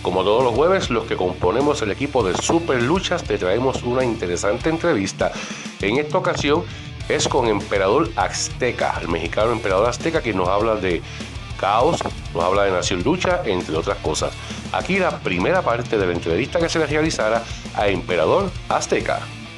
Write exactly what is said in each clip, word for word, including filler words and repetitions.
Como todos los jueves, los que componemos el equipo de Super Luchas te traemos una interesante entrevista. En esta ocasión es con Emperador Azteca, el mexicano Emperador Azteca, quien nos habla de caos, nos habla de Nación Lucha, entre otras cosas. Aquí la primera parte de la entrevista que se le realizará a Emperador Azteca.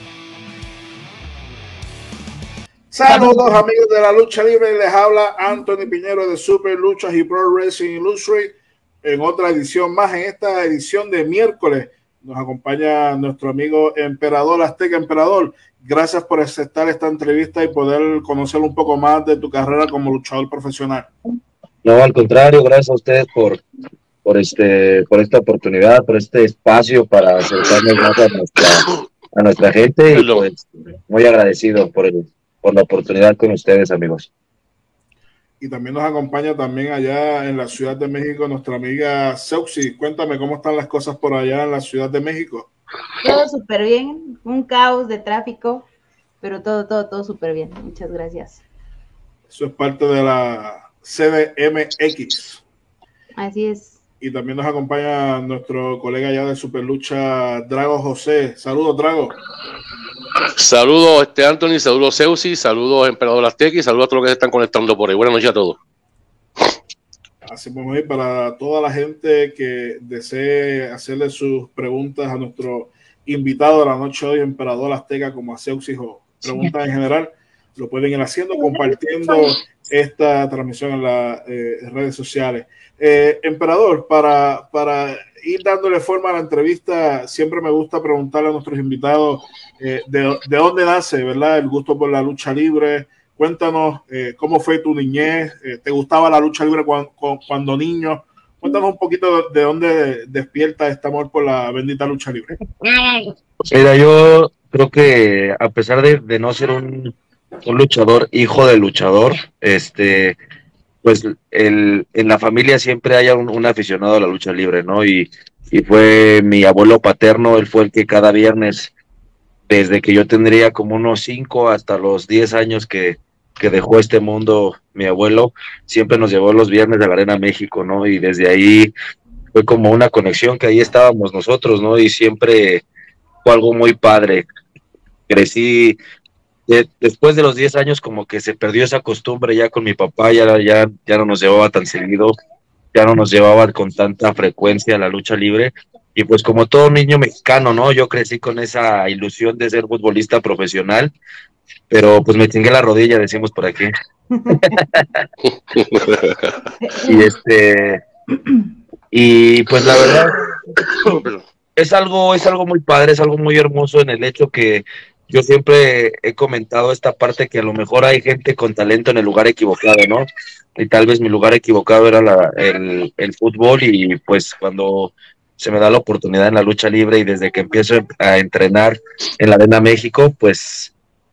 Saludos amigos de la lucha libre, les habla Anthony Piñero de Super Luchas y Pro Wrestling Illustrated en otra edición más. En esta edición de miércoles nos acompaña nuestro amigo Emperador Azteca. Emperador, gracias por aceptar esta entrevista y poder conocer un poco más de tu carrera como luchador profesional. No, al contrario, gracias a ustedes por, por, este, por esta oportunidad, por este espacio para acercarnos más a nuestra, a nuestra gente y pues muy agradecido por, el, por la oportunidad con ustedes, amigos. Y también nos acompaña también allá en la Ciudad de México nuestra amiga Seuxi. Cuéntame cómo están las cosas por allá en la Ciudad de México. Todo súper bien, un caos de tráfico, pero todo, todo, todo súper bien. Muchas gracias. Eso es parte de la C D M X. Así es. Y también nos acompaña nuestro colega allá de Superlucha, Drago José. Saludos, Drago. Saludos, este Anthony, saludos, Seuxi, saludos, Emperador Azteca, y saludos a todos los que se están conectando por ahí. Buenas noches a todos. Así vamos a ir para toda la gente que desee hacerle sus preguntas a nuestro invitado de la noche de hoy, Emperador Azteca, como a Seuxi, o preguntas en general, lo pueden ir haciendo, compartiendo esta transmisión en las eh, redes sociales. Eh, Emperador, para, para ir dándole forma a la entrevista, siempre me gusta preguntarle a nuestros invitados eh, de, de dónde nace, ¿verdad?, el gusto por la lucha libre. Cuéntanos eh, cómo fue tu niñez, eh, ¿te gustaba la lucha libre cuando, cuando niño? Cuéntanos un poquito de dónde despierta este amor por la bendita lucha libre. Mira, yo creo que a pesar de, de no ser un, un luchador, hijo de luchador, este, pues el, en la familia siempre hay un, un aficionado a la lucha libre, ¿no? Y, y fue mi abuelo paterno, él fue el que cada viernes, desde que yo tendría como unos cinco hasta los diez años que, que dejó este mundo mi abuelo, siempre nos llevó los viernes a la Arena México, ¿no? Y desde ahí fue como una conexión que ahí estábamos nosotros, ¿no? Y siempre fue algo muy padre. Crecí, de, después de los diez años como que se perdió esa costumbre ya con mi papá, ya, ya, ya no nos llevaba tan seguido, ya no nos llevaba con tanta frecuencia a la lucha libre. Y pues como todo niño mexicano, ¿no? Yo crecí con esa ilusión de ser futbolista profesional, pero pues me chingué la rodilla, decimos por aquí. y este, y pues la verdad, es algo, es algo muy padre, es algo muy hermoso en el hecho que yo siempre he comentado esta parte que a lo mejor hay gente con talento en el lugar equivocado, ¿no? Y tal vez mi lugar equivocado era la, el, el fútbol y pues cuando se me da la oportunidad en la lucha libre y desde que empiezo a entrenar en la Arena México, pues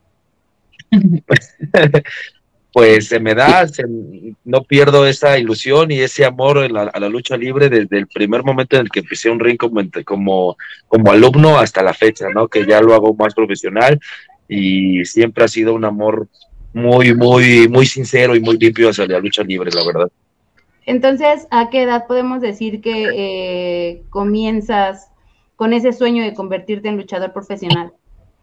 pues se me da, se, no pierdo esa ilusión y ese amor a la, a la lucha libre desde el primer momento en el que empecé un ring como, como, como alumno hasta la fecha, ¿no? Que ya lo hago más profesional y siempre ha sido un amor muy, muy, muy sincero y muy limpio hacia la lucha libre, la verdad. Entonces, ¿a qué edad podemos decir que eh, comienzas con ese sueño de convertirte en luchador profesional?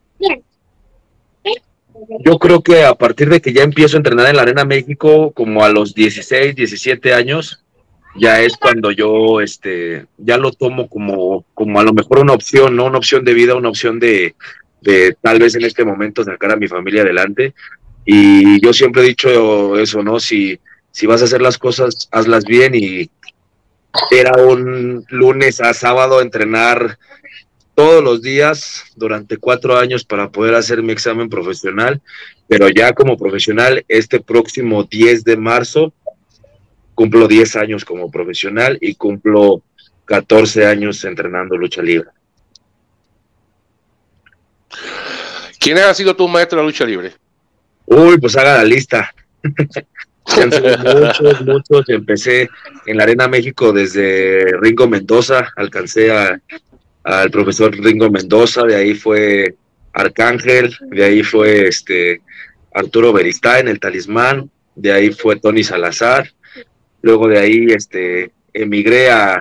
Yo creo que a partir de que ya empiezo a entrenar en la Arena México, como a los dieciséis, diecisiete años, ya es cuando yo este, ya lo tomo como, como a lo mejor una opción, ¿no? Una opción de vida, una opción de, de tal vez en este momento sacar a mi familia adelante. Y yo siempre he dicho eso, ¿no? Si, si vas a hacer las cosas, hazlas bien. Y era un lunes a sábado entrenar todos los días durante cuatro años para poder hacer mi examen profesional, pero ya como profesional este próximo diez de marzo cumplo diez años como profesional y cumplo catorce años entrenando lucha libre. ¿Quién ha sido tu maestro de la lucha libre? Uy, pues haga la lista. Han sido muchos, muchos. Empecé en la Arena México desde Ringo Mendoza, alcancé a al profesor Ringo Mendoza, de ahí fue Arcángel, de ahí fue este Arturo Beristain, el Talismán, de ahí fue Tony Salazar, luego de ahí este emigré a,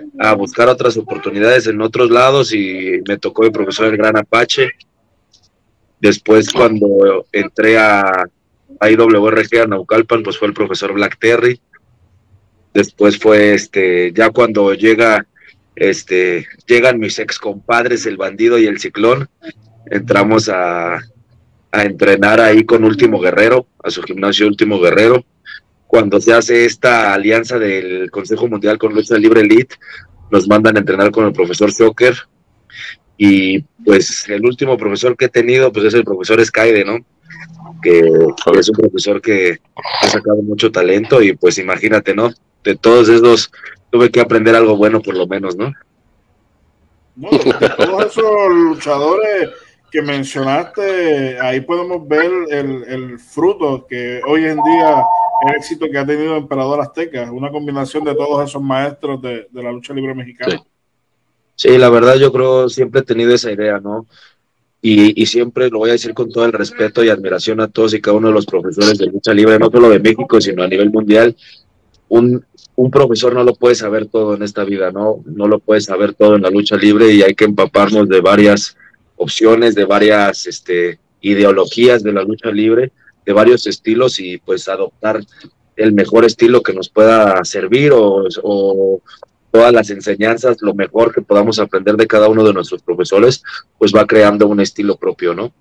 a buscar otras oportunidades en otros lados y me tocó el profesor El Gran Apache. Después, cuando entré a, a I W R G a Naucalpan, pues fue el profesor Black Terry. Después fue este, ya cuando llega, este, llegan mis ex compadres, el Bandido y el Ciclón, entramos a, a entrenar ahí con Último Guerrero, a su gimnasio Último Guerrero. Cuando se hace esta alianza del Consejo Mundial con Lucha Libre Elite, nos mandan a entrenar con el profesor Shocker. Y pues el último profesor que he tenido, pues es el profesor Skyde, ¿no? Que es un profesor que ha sacado mucho talento y pues imagínate, ¿no? De todos esos tuve que aprender algo bueno por lo menos, ¿no? No, de todos esos luchadores que mencionaste, ahí podemos ver el, el fruto que hoy en día, el éxito que ha tenido Emperador Azteca, una combinación de todos esos maestros de, de la lucha libre mexicana. Sí. Sí, la verdad yo creo, siempre he tenido esa idea, ¿no? Y, y siempre lo voy a decir con todo el respeto y admiración a todos y cada uno de los profesores de lucha libre, no solo de México, sino a nivel mundial. Un, un profesor no lo puede saber todo en esta vida, ¿no? No lo puede saber todo en la lucha libre y hay que empaparnos de varias opciones, de varias este, ideologías de la lucha libre, de varios estilos y pues adoptar el mejor estilo que nos pueda servir o, o todas las enseñanzas, lo mejor que podamos aprender de cada uno de nuestros profesores, pues va creando un estilo propio, ¿no?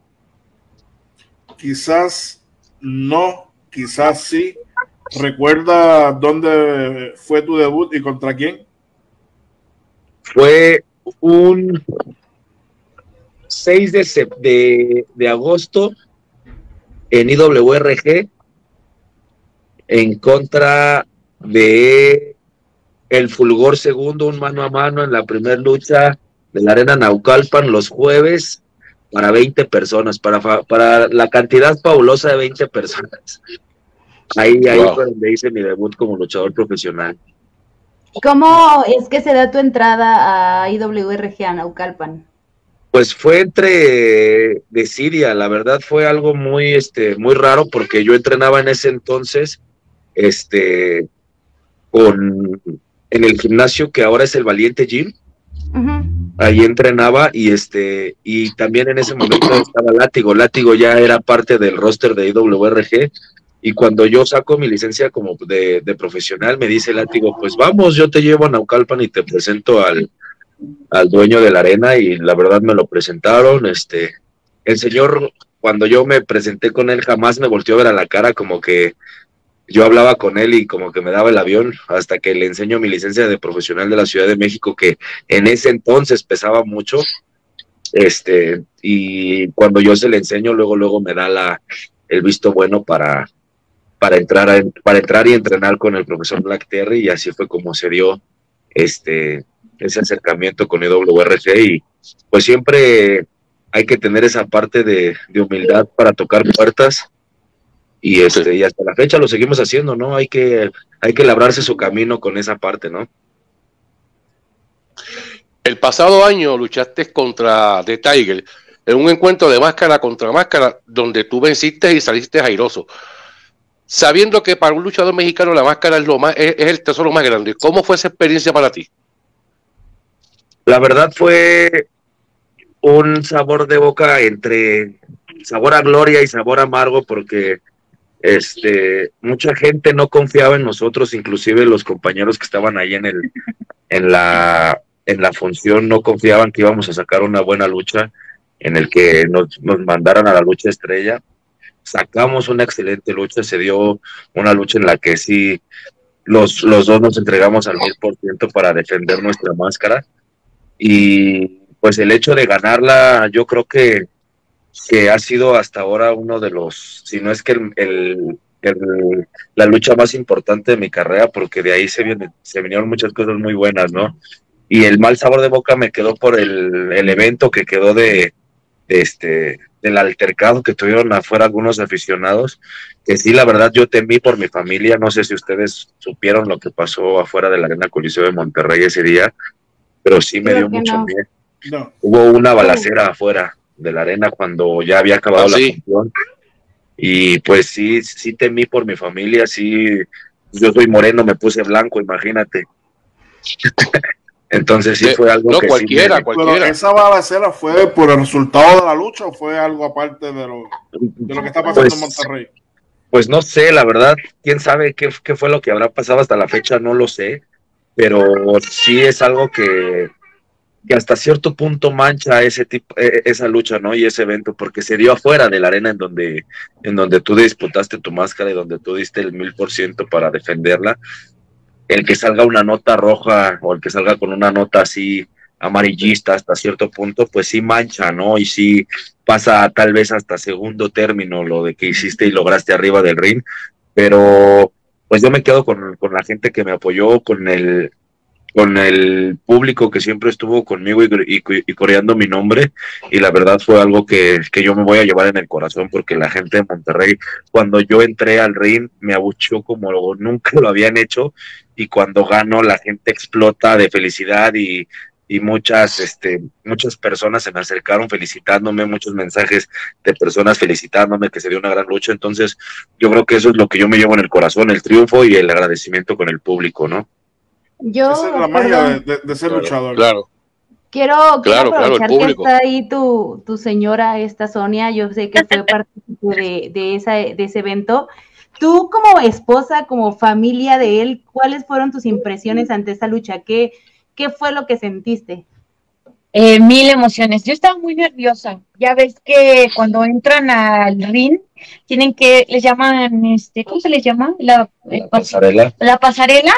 Quizás no, quizás sí. ¿Recuerda dónde fue tu debut y contra quién? Fue un seis de, de, de agosto en I W R G en contra de el Fulgor Segundo, un mano a mano en la primera lucha de la Arena Naucalpan los jueves para veinte personas, para, para la cantidad fabulosa de veinte personas. Ahí, ahí wow. fue donde hice mi debut como luchador profesional. ¿Cómo es que se da tu entrada a I W R G a Naucalpan? Pues fue entre desidia, la verdad fue algo muy, este, muy raro porque yo entrenaba en ese entonces, este, con en el gimnasio que ahora es el Valiente Gym. Uh-huh. Ahí entrenaba y este y también en ese momento estaba Látigo. Látigo ya era parte del roster de I W R G y cuando yo saco mi licencia como de, de profesional me dice Látigo, pues vamos, yo te llevo a Naucalpan y te presento al, al dueño de la arena y la verdad me lo presentaron. Este, el señor, cuando yo me presenté con él jamás me volteó a ver a la cara, como que yo hablaba con él y como que me daba el avión hasta que le enseño mi licencia de profesional de la Ciudad de México, que en ese entonces pesaba mucho, este, y cuando yo se le enseño, luego, luego me da la, el visto bueno para, para entrar a, para entrar y entrenar con el profesor Black Terry, y así fue como se dio este, ese acercamiento con I W R G, y pues siempre hay que tener esa parte de, de humildad para tocar puertas. Y este, y hasta la fecha lo seguimos haciendo, ¿no? Hay que, hay que labrarse su camino con esa parte, ¿no? El pasado año luchaste contra The Tiger en un encuentro de máscara contra máscara donde tú venciste y saliste airoso. Sabiendo que para un luchador mexicano la máscara es, lo más, es, es el tesoro más grande. ¿Cómo fue esa experiencia para ti? La verdad fue un sabor de boca entre sabor a gloria y sabor amargo porque Este, mucha gente no confiaba en nosotros, inclusive los compañeros que estaban ahí en el, en la, en la función no confiaban que íbamos a sacar una buena lucha, en el que nos, nos mandaran a la lucha estrella. Sacamos una excelente lucha, se dio una lucha en la que sí los, los dos nos entregamos al mil por ciento para defender nuestra máscara, y pues el hecho de ganarla, yo creo que que ha sido hasta ahora uno de los, si no es que el, el, el, la lucha más importante de mi carrera, porque de ahí se, viene, se vinieron muchas cosas muy buenas, ¿no? Y el mal sabor de boca me quedó por el, el evento que quedó de, de este, del altercado que tuvieron afuera algunos aficionados, que sí, la verdad yo temí por mi familia. No sé si ustedes supieron lo que pasó afuera de la Arena Coliseo de Monterrey ese día, pero sí me Creo dio mucho no. miedo. No. Hubo una balacera no. afuera de la arena cuando ya había acabado oh, la sí. función, y pues sí, sí temí por mi familia. Sí, yo soy moreno, me puse blanco, imagínate. Entonces sí de, fue algo no, que cualquiera, sí me... cualquiera. Pero esa balacera fue por el resultado de la lucha o fue algo aparte de lo, de lo que está pasando pues, en Monterrey. Pues no sé, la verdad, quién sabe qué, qué fue lo que habrá pasado hasta la fecha, no lo sé, pero sí es algo que, que hasta cierto punto mancha ese tipo, esa lucha, ¿no? Y ese evento, porque se dio afuera de la arena en donde, en donde tú disputaste tu máscara y donde tú diste el mil por ciento para defenderla. El que salga una nota roja o el que salga con una nota así amarillista hasta cierto punto, pues sí mancha, ¿no? Y sí pasa tal vez hasta segundo término lo de que hiciste y lograste arriba del ring, pero pues yo me quedo con, con la gente que me apoyó, con el, con el público que siempre estuvo conmigo y, y, y coreando mi nombre, y la verdad fue algo que, que yo me voy a llevar en el corazón, porque la gente de Monterrey, cuando yo entré al ring, me abucheó como nunca lo habían hecho, y cuando gano la gente explota de felicidad y, y muchas, este, muchas personas se me acercaron felicitándome, muchos mensajes de personas felicitándome que se dio una gran lucha. Entonces yo creo que eso es lo que yo me llevo en el corazón, el triunfo y el agradecimiento con el público, ¿no? Yo, esa es la magia de, de, de ser claro, luchador. Claro. Quiero, claro, quiero aprovechar claro, que está ahí tu, tu señora, esta Sonia, yo sé que fue parte de, de, esa, de ese evento. Tú como esposa, como familia de él, ¿cuáles fueron tus impresiones ante esta lucha? ¿Qué, qué fue lo que sentiste? Eh, mil emociones. Yo estaba muy nerviosa. Ya ves que cuando entran al ring, tienen que, les llaman, este, ¿cómo se les llama? La, la pasarela. La pasarela.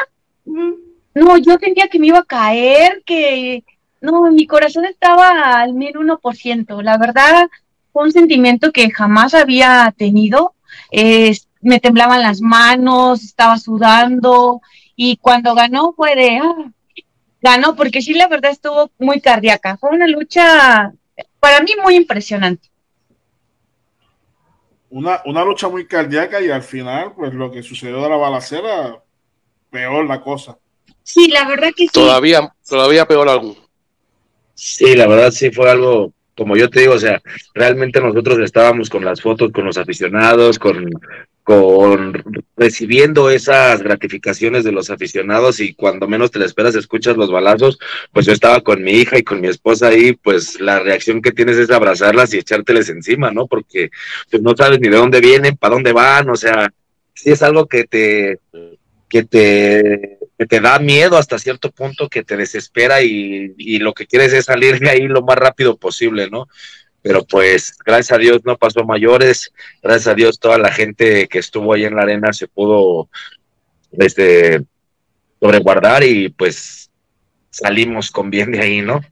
No, yo sentía que me iba a caer, que no, mi corazón estaba al mil uno por ciento. La verdad, fue un sentimiento que jamás había tenido. Eh, me temblaban las manos, estaba sudando, y cuando ganó fue de, ah, ganó, porque sí, la verdad estuvo muy cardíaca. Fue una lucha, para mí, muy impresionante. Una, una lucha muy cardíaca y al final, pues lo que sucedió de la balacera, peor la cosa. Sí, la verdad que sí. Todavía, todavía peor aún. Sí, la verdad sí fue algo, como yo te digo, o sea, realmente nosotros estábamos con las fotos, con los aficionados, con, con recibiendo esas gratificaciones de los aficionados, y cuando menos te la esperas escuchas los balazos. Pues yo estaba con mi hija y con mi esposa ahí, pues la reacción que tienes es abrazarlas y echárteles encima, ¿no? Porque pues no sabes ni de dónde vienen, para dónde van, o sea, sí es algo que te... que te, que te da miedo hasta cierto punto, que te desespera, y, y lo que quieres es salir de ahí lo más rápido posible, ¿no? Pero pues gracias a Dios no pasó a mayores, gracias a Dios toda la gente que estuvo ahí en la arena se pudo este, sobreguardar, y pues salimos con bien de ahí, ¿no?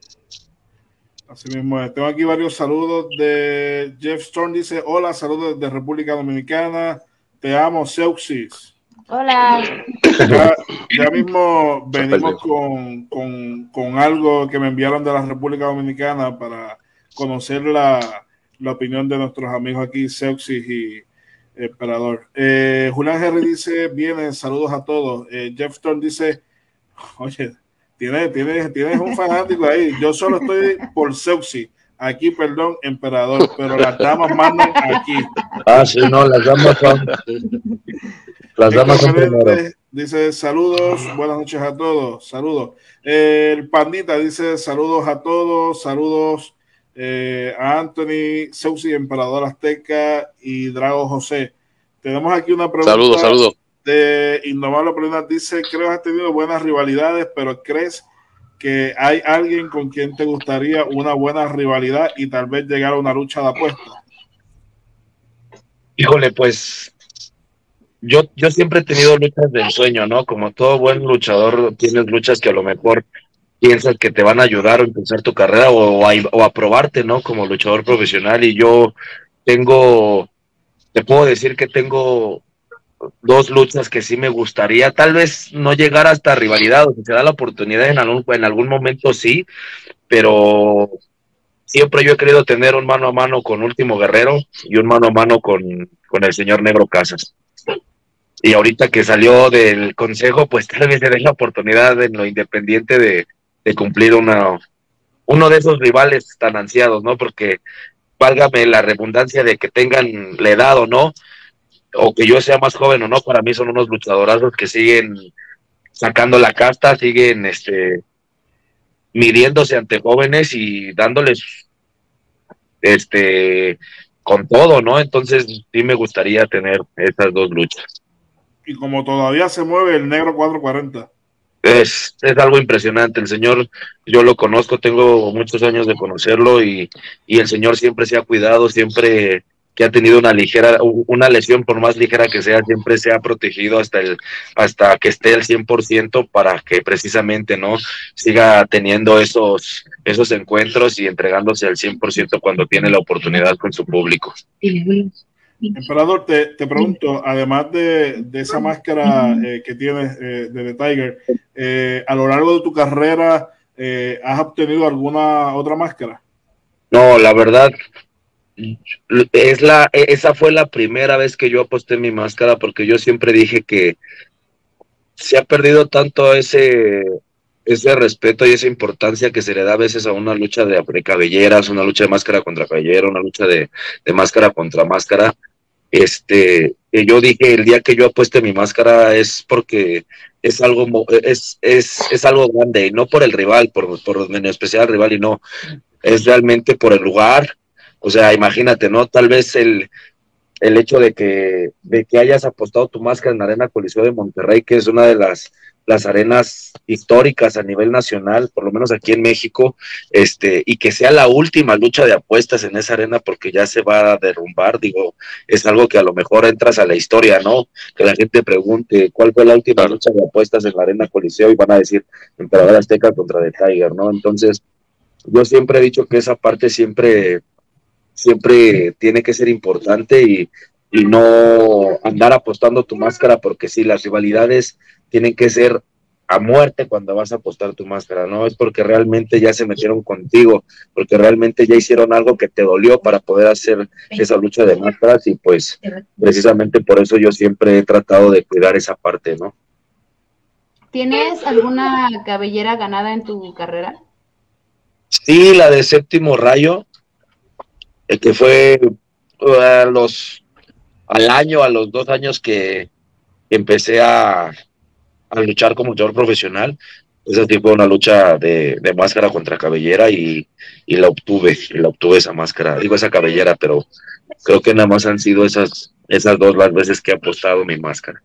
Así mismo, tengo aquí varios saludos de Jeff Storm, dice, hola, saludos de República Dominicana, te amo, Seuxis. Hola. Ya, ya mismo venimos con, con, con algo que me enviaron de la República Dominicana para conocer la, la opinión de nuestros amigos aquí, Seuxis y Emperador. Eh, Julián Henry dice, viene, saludos a todos. Eh, Jeff Stone dice, oye, tienes, tienes, tienes un fanático ahí. Yo solo estoy por Seuxis. Aquí, perdón, Emperador, pero las damas mandan aquí. Ah, sí, no, las damas son... Las damas son primero. Dice, saludos, buenas noches a todos, saludos. Eh, el Pandita dice, saludos a todos, saludos eh, a Anthony, Seuxis, Emperador Azteca y Drago José. Tenemos aquí una pregunta. Saludos, saludos. De Indomable Prima, dice, creo que has tenido buenas rivalidades, pero ¿crees que hay alguien con quien te gustaría una buena rivalidad y tal vez llegar a una lucha de apuestas? Híjole, pues yo, yo siempre he tenido luchas del sueño, ¿no? Como todo buen luchador, tienes luchas que a lo mejor piensas que te van a ayudar a impulsar tu carrera o a, o a probarte, ¿no? Como luchador profesional. Y yo tengo, te puedo decir que tengo dos luchas que sí me gustaría, tal vez no llegar hasta rivalidad, o si se da la oportunidad en algún, en algún momento sí, pero siempre yo he querido tener un mano a mano con Último Guerrero y un mano a mano con, con el señor Negro Casas. Y ahorita que salió del consejo, pues tal vez se dé la oportunidad en lo independiente de, de cumplir una, uno de esos rivales tan ansiados, ¿no? Porque válgame la redundancia de que tengan la edad o no, o que yo sea más joven o no, para mí son unos luchadorazos que siguen sacando la casta, siguen este midiéndose ante jóvenes y dándoles este con todo, ¿no? Entonces sí me gustaría tener esas dos luchas. Y como todavía se mueve el negro cuatrocientos cuarenta. Es, es algo impresionante, el señor, yo lo conozco, tengo muchos años de conocerlo y, y el señor siempre se ha cuidado, siempre que ha tenido una ligera, una lesión por más ligera que sea, siempre se ha protegido hasta el, hasta que esté el cien por ciento para que precisamente no siga teniendo esos, esos encuentros y entregándose al cien por ciento cuando tiene la oportunidad con su público. Emperador, te, te pregunto, además de, de esa máscara eh, que tienes eh, de The Tiger, eh, a lo largo de tu carrera, eh, ¿has obtenido alguna otra máscara? No, la verdad, es la, esa fue la primera vez que yo aposté mi máscara, porque yo siempre dije que se ha perdido tanto ese, ese respeto y esa importancia que se le da a veces a una lucha de, de cabelleras, una lucha de máscara contra cabellera, una lucha de, de máscara contra máscara. Este, yo dije, el día que yo apueste mi máscara es porque es algo, es, es, es algo grande, y no por el rival, por, por en especial el rival, y no, es realmente por el lugar. O sea, imagínate, ¿no? Tal vez el, el hecho de que, de que hayas apostado tu máscara en la Arena Coliseo de Monterrey, que es una de las, las arenas históricas a nivel nacional, por lo menos aquí en México, este, y que sea la última lucha de apuestas en esa arena porque ya se va a derrumbar, digo, es algo que a lo mejor entras a la historia, ¿no? Que la gente pregunte cuál fue la última lucha de apuestas en la Arena Coliseo y van a decir Emperador Azteca contra The Tiger, ¿no? Entonces, yo siempre he dicho que esa parte siempre siempre tiene que ser importante y, y no andar apostando tu máscara, porque sí, las rivalidades tienen que ser a muerte cuando vas a apostar tu máscara, no es porque realmente ya se metieron contigo, porque realmente ya hicieron algo que te dolió para poder hacer esa lucha de máscaras, y pues precisamente por eso yo siempre he tratado de cuidar esa parte, ¿no? ¿Tienes alguna cabellera ganada en tu carrera? Sí, la de Séptimo Rayo, el que fue a los, al año, a los dos años que empecé a, a luchar como luchador profesional. Esa sí fue una lucha de, de máscara contra cabellera y, y la obtuve, y la obtuve esa máscara, digo esa cabellera, pero creo que nada más han sido esas, esas dos las veces que he apostado mi máscara.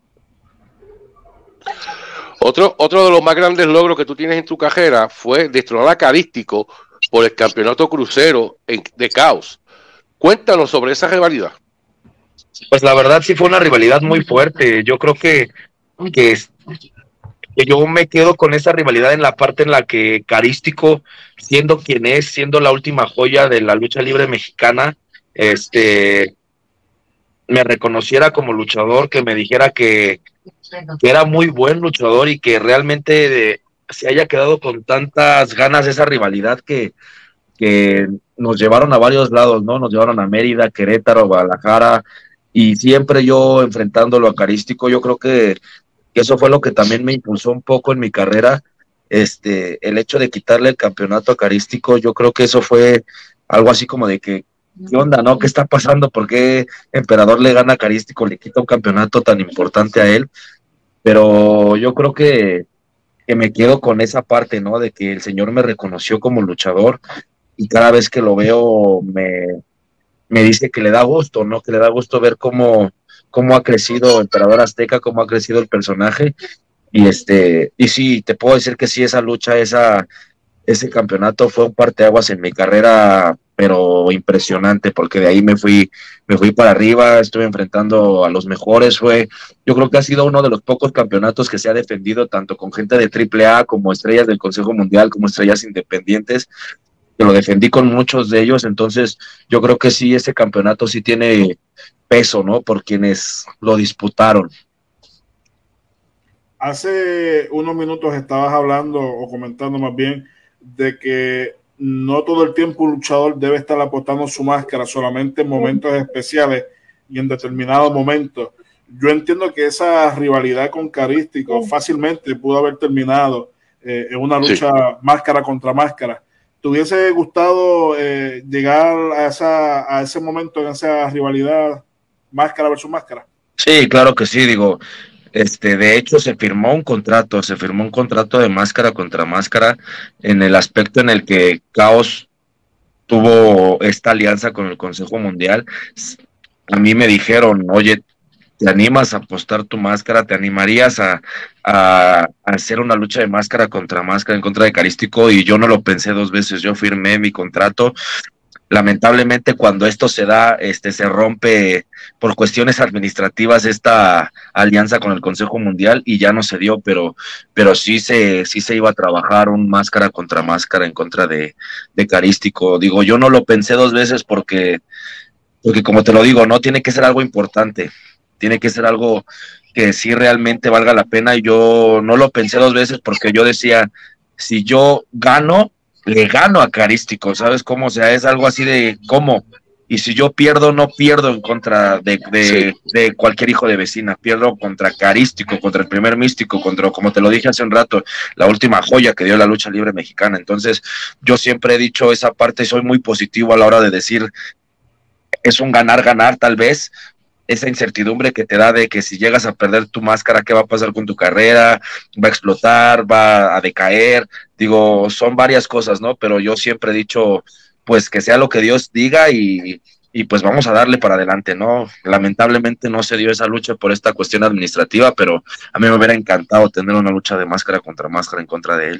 Otro, otro de los más grandes logros que tú tienes en tu carrera fue destronar a Carístico por el campeonato crucero en, de Caos. Cuéntanos sobre esa rivalidad. Pues la verdad sí fue una rivalidad muy fuerte. Yo creo que, que, que yo me quedo con esa rivalidad en la parte en la que Carístico, siendo quien es, siendo la última joya de la lucha libre mexicana, este, me reconociera como luchador, que me dijera que, que era muy buen luchador y que realmente de, se haya quedado con tantas ganas de esa rivalidad que, que nos llevaron a varios lados, ¿no? Nos llevaron a Mérida, Querétaro, Guadalajara, y siempre yo enfrentándolo a Carístico. Yo creo que, que eso fue lo que también me impulsó un poco en mi carrera, este, el hecho de quitarle el campeonato a Carístico. Yo creo que eso fue algo así como de que, ¿qué onda, no? ¿Qué está pasando? ¿Por qué Emperador le gana a Carístico, le quita un campeonato tan importante a él? Pero yo creo que, que me quedo con esa parte, ¿no? De que el señor me reconoció como luchador, y cada vez que lo veo me, me dice que le da gusto, ¿no? Que le da gusto ver cómo, cómo ha crecido Emperador Azteca, cómo ha crecido el personaje, y este, y sí, te puedo decir que sí, esa lucha, esa, ese campeonato fue un parteaguas en mi carrera, pero impresionante, porque de ahí me fui, me fui para arriba, estuve enfrentando a los mejores. Fue, yo creo que ha sido uno de los pocos campeonatos que se ha defendido tanto con gente de triple A como estrellas del Consejo Mundial, como estrellas independientes, que lo defendí con muchos de ellos. Entonces yo creo que sí, ese campeonato sí tiene peso, ¿no? Por quienes lo disputaron. Hace unos minutos estabas hablando o comentando más bien de que no todo el tiempo un luchador debe estar apostando su máscara, solamente en momentos especiales y en determinados momentos. Yo entiendo que esa rivalidad con Carístico fácilmente pudo haber terminado eh, en una lucha sí. máscara contra máscara. ¿Te hubiese gustado eh, llegar a, esa, a ese momento en esa rivalidad máscara versus máscara? Sí, claro que sí, digo, Este, de hecho, se firmó un contrato, se firmó un contrato de máscara contra máscara en el aspecto en el que Caos tuvo esta alianza con el Consejo Mundial. A mí me dijeron, oye, ¿te animas a apostar tu máscara? ¿Te animarías a, a, a hacer una lucha de máscara contra máscara en contra de Carístico? Y yo no lo pensé dos veces, yo firmé mi contrato. Lamentablemente, cuando esto se da, este, se rompe por cuestiones administrativas esta alianza con el Consejo Mundial y ya no se dio, pero, pero sí se, sí se iba a trabajar un máscara contra máscara en contra de, de Carístico. Digo, yo no lo pensé dos veces porque, porque como te lo digo, no tiene que ser algo importante, tiene que ser algo que sí realmente valga la pena. Y yo no lo pensé dos veces porque yo decía, si yo gano, le gano a Carístico, ¿sabes cómo? O sea, es algo así de cómo, y si yo pierdo, no pierdo en contra de, de, sí. de cualquier hijo de vecina, pierdo contra Carístico, contra el primer místico, contra, como te lo dije hace un rato, la última joya que dio la lucha libre mexicana. Entonces, yo siempre he dicho esa parte, soy muy positivo a la hora de decir, es un ganar-ganar tal vez, esa incertidumbre que te da de que si llegas a perder tu máscara, ¿qué va a pasar con tu carrera? ¿Va a explotar? ¿Va a decaer? Digo, son varias cosas, ¿no? Pero yo siempre he dicho, pues que sea lo que Dios diga y, y pues vamos a darle para adelante, ¿no? Lamentablemente no se dio esa lucha por esta cuestión administrativa, pero a mí me hubiera encantado tener una lucha de máscara contra máscara en contra de él.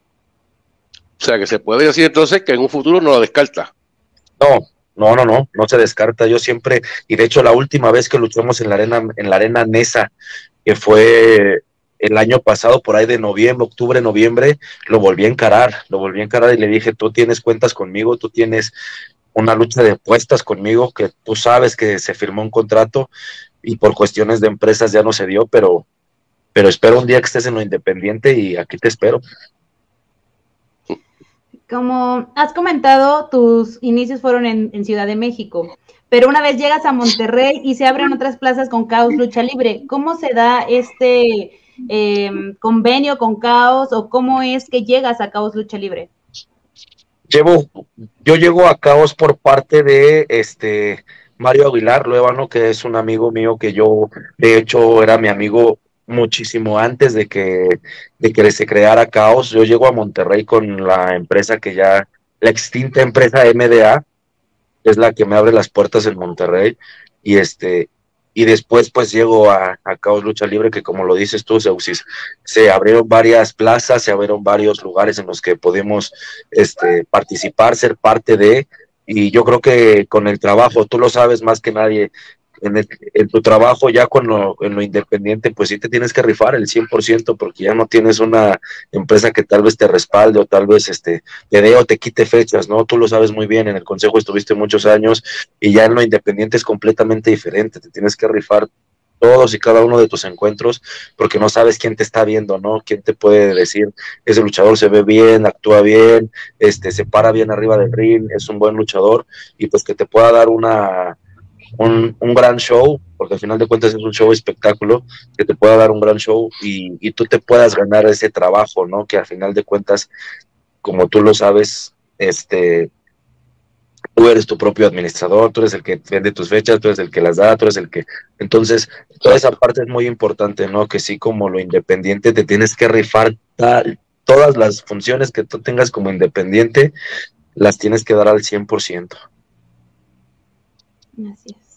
O sea, que se puede decir entonces que en un futuro no lo descarta. No. No, no, no, no se descarta. Yo siempre, y de hecho la última vez que luchamos en la arena, en la arena Nesa, que fue el año pasado, por ahí de noviembre, octubre, noviembre, lo volví a encarar, lo volví a encarar y le dije, tú tienes cuentas conmigo, tú tienes una lucha de apuestas conmigo, que tú sabes que se firmó un contrato y por cuestiones de empresas ya no se dio, pero, pero espero un día que estés en lo independiente y aquí te espero. Como has comentado, tus inicios fueron en, en Ciudad de México, pero una vez llegas a Monterrey y se abren otras plazas con Caos Lucha Libre, ¿cómo se da este eh, convenio con Caos o cómo es que llegas a Caos Lucha Libre? Llevo, yo llego a Caos por parte de este Mario Aguilar Luevano, que es un amigo mío que yo, de hecho, era mi amigo muchísimo antes de que, de que se creara Caos. Yo llego a Monterrey con la empresa que ya, la extinta empresa M D A, es la que me abre las puertas en Monterrey, y este, y después pues llego a, a Caos Lucha Libre, que como lo dices tú, Zeuxis, se abrieron varias plazas, se abrieron varios lugares en los que podemos este, participar, ser parte de, y yo creo que con el trabajo, tú lo sabes más que nadie, En, el, en tu trabajo ya con lo, en lo independiente, pues sí te tienes que rifar el cien por ciento porque ya no tienes una empresa que tal vez te respalde o tal vez este, te dé o te quite fechas, ¿no? Tú lo sabes muy bien, en el consejo estuviste muchos años y ya en lo independiente es completamente diferente, te tienes que rifar todos y cada uno de tus encuentros porque no sabes quién te está viendo, ¿no? Quién te puede decir, ese luchador se ve bien, actúa bien, este, se para bien arriba del ring, es un buen luchador y pues que te pueda dar una Un, un gran show, porque al final de cuentas es un show espectáculo, que te pueda dar un gran show y, y tú te puedas ganar ese trabajo, ¿no? Que al final de cuentas, como tú lo sabes, este, tú eres tu propio administrador, tú eres el que vende tus fechas, tú eres el que las da, tú eres el que... Entonces, toda esa parte es muy importante, ¿no? Que sí, como lo independiente, te tienes que rifar tal, todas las funciones que tú tengas como independiente, las tienes que dar al cien por ciento. Así es.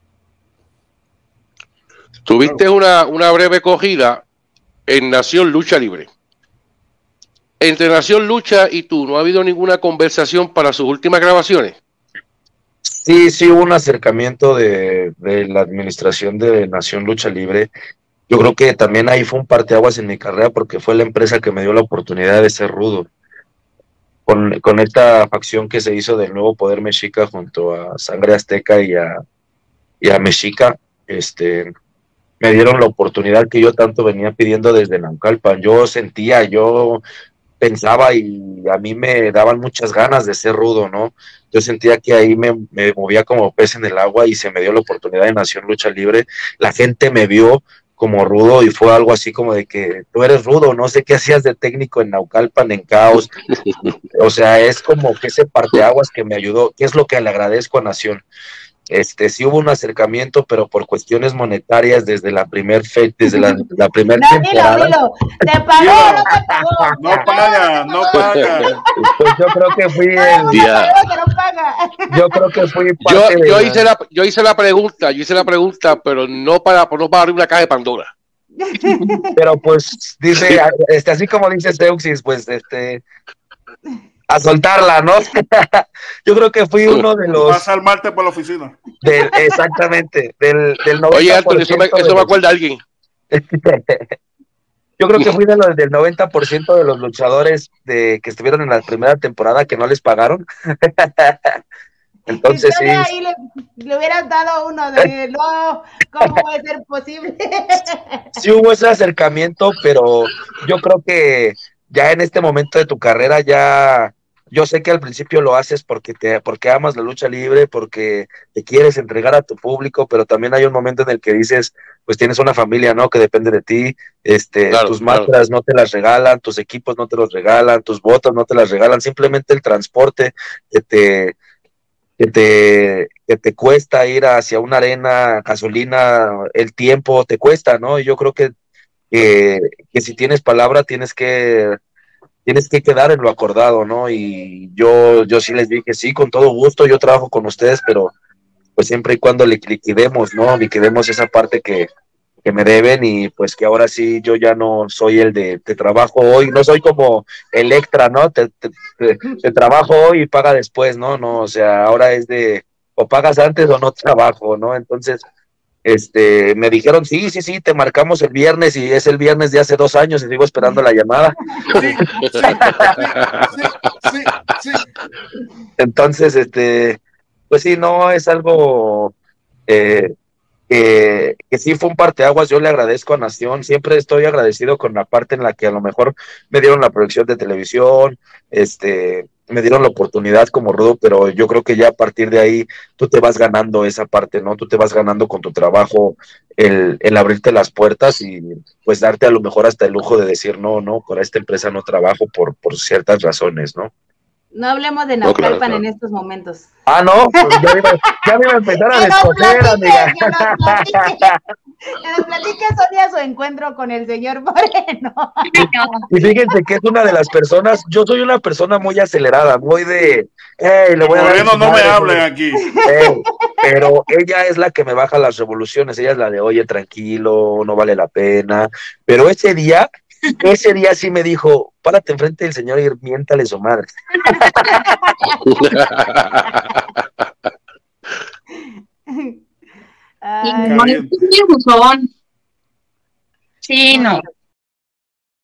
Tuviste una, una breve cogida en Nación Lucha Libre. Entre Nación Lucha y tú, ¿no ha habido ninguna conversación para sus últimas grabaciones? Sí, sí hubo un acercamiento de, de la administración de Nación Lucha Libre. Yo creo que también ahí fue un parteaguas en mi carrera porque fue la empresa que me dio la oportunidad de ser rudo. Con, con esta facción que se hizo del Nuevo Poder Mexica junto a Sangre Azteca y a, y a Mexica, este, me dieron la oportunidad que yo tanto venía pidiendo desde Naucalpan. Yo sentía, yo pensaba y a mí me daban muchas ganas de ser rudo, ¿no? Yo sentía que ahí me, me movía como pez en el agua y se me dio la oportunidad de Nación Lucha Libre. La gente me vio como rudo y fue algo así como de que tú eres rudo, no sé qué hacías de técnico en Naucalpan, en Caos. O sea, es como que ese parteaguas que me ayudó, que es lo que le agradezco a Nación. Este, sí hubo un acercamiento, pero por cuestiones monetarias desde la primer fe, desde la, la primera No, temporada. dilo, dilo. ¿Te pagó o no te pagó? No paga, no paga. Pues yo creo que fui Todo el el, mundo Ya. sabemos que no paga. yo creo que fui Yo, parte de yo, la- hice la, yo hice la pregunta, yo hice la pregunta, pero no para, no para abrir una caja de Pandora. pero pues dice, este, así como dice Seuxis, pues este, a soltarla, ¿no? Yo creo que fui uno de los, Pasa el martes por la oficina. del, exactamente, del, del Oye, noventa por Anthony, eso me, ciento de eso me los- acuerda a alguien. Yo creo que fui de los del noventa por ciento de los luchadores de que estuvieron en la primera temporada que no les pagaron. Entonces Si sí, todavía ahí le, le hubieras dado uno de no, ¿cómo puede ser posible? sí hubo ese acercamiento, pero yo creo que ya en este momento de tu carrera ya, yo sé que al principio lo haces porque te, porque amas la lucha libre, porque te quieres entregar a tu público, pero también hay un momento en el que dices, pues tienes una familia, ¿no? Que depende de ti, este, Claro, tus claro. máscaras no te las regalan, tus equipos no te los regalan, tus botas no te las regalan, simplemente el transporte que te que te, que te cuesta ir hacia una arena, gasolina, el tiempo te cuesta, ¿no? Y yo creo que, que, que si tienes palabra tienes que, tienes que quedar en lo acordado, ¿no? Y yo, yo sí les dije, sí, con todo gusto, yo trabajo con ustedes, pero pues siempre y cuando le liquidemos, ¿no? Liquidemos esa parte que, que me deben y pues que ahora sí yo ya no soy el de te trabajo hoy, no soy como Electra, ¿no? Te, te, te, te trabajo hoy y paga después, ¿no? No, o sea, ahora es de o pagas antes o no trabajo, ¿no? Entonces, este, me dijeron, sí, sí, sí, te marcamos el viernes y es el viernes de hace dos años y sigo esperando la llamada. Sí, sí, sí, sí, sí, sí. Entonces, este, pues sí, no, es algo eh, que, que sí fue un parteaguas. Yo le agradezco a Nación, siempre estoy agradecido con la parte en la que a lo mejor me dieron la producción de televisión, este, me dieron la oportunidad como Rudo, pero yo creo que ya a partir de ahí tú te vas ganando esa parte, ¿no? Tú te vas ganando con tu trabajo el, el abrirte las puertas y pues darte a lo mejor hasta el lujo de decir, no, no, para esta empresa no trabajo por, por ciertas razones, ¿no? No hablemos de No, claro, Naucalpan claro. en estos momentos. Ah, no, pues ya me, iba- ya me iba a empezar a Que nos descoger, platique, amiga. que nos platique. Que nos platique Sonia su encuentro con el señor Moreno. Y fíjense que es una de las personas, yo soy una persona muy acelerada, muy de, hey, le voy a dar Moreno, su no me madre, hablen aquí. hey, pero ella es la que me baja las revoluciones, ella es la de, oye, tranquilo, no vale la pena, pero ese día, ese día sí me dijo, párate enfrente del señor y miéntale su madre. Y Ay, no, Caliente. es un buzón. Sí, no.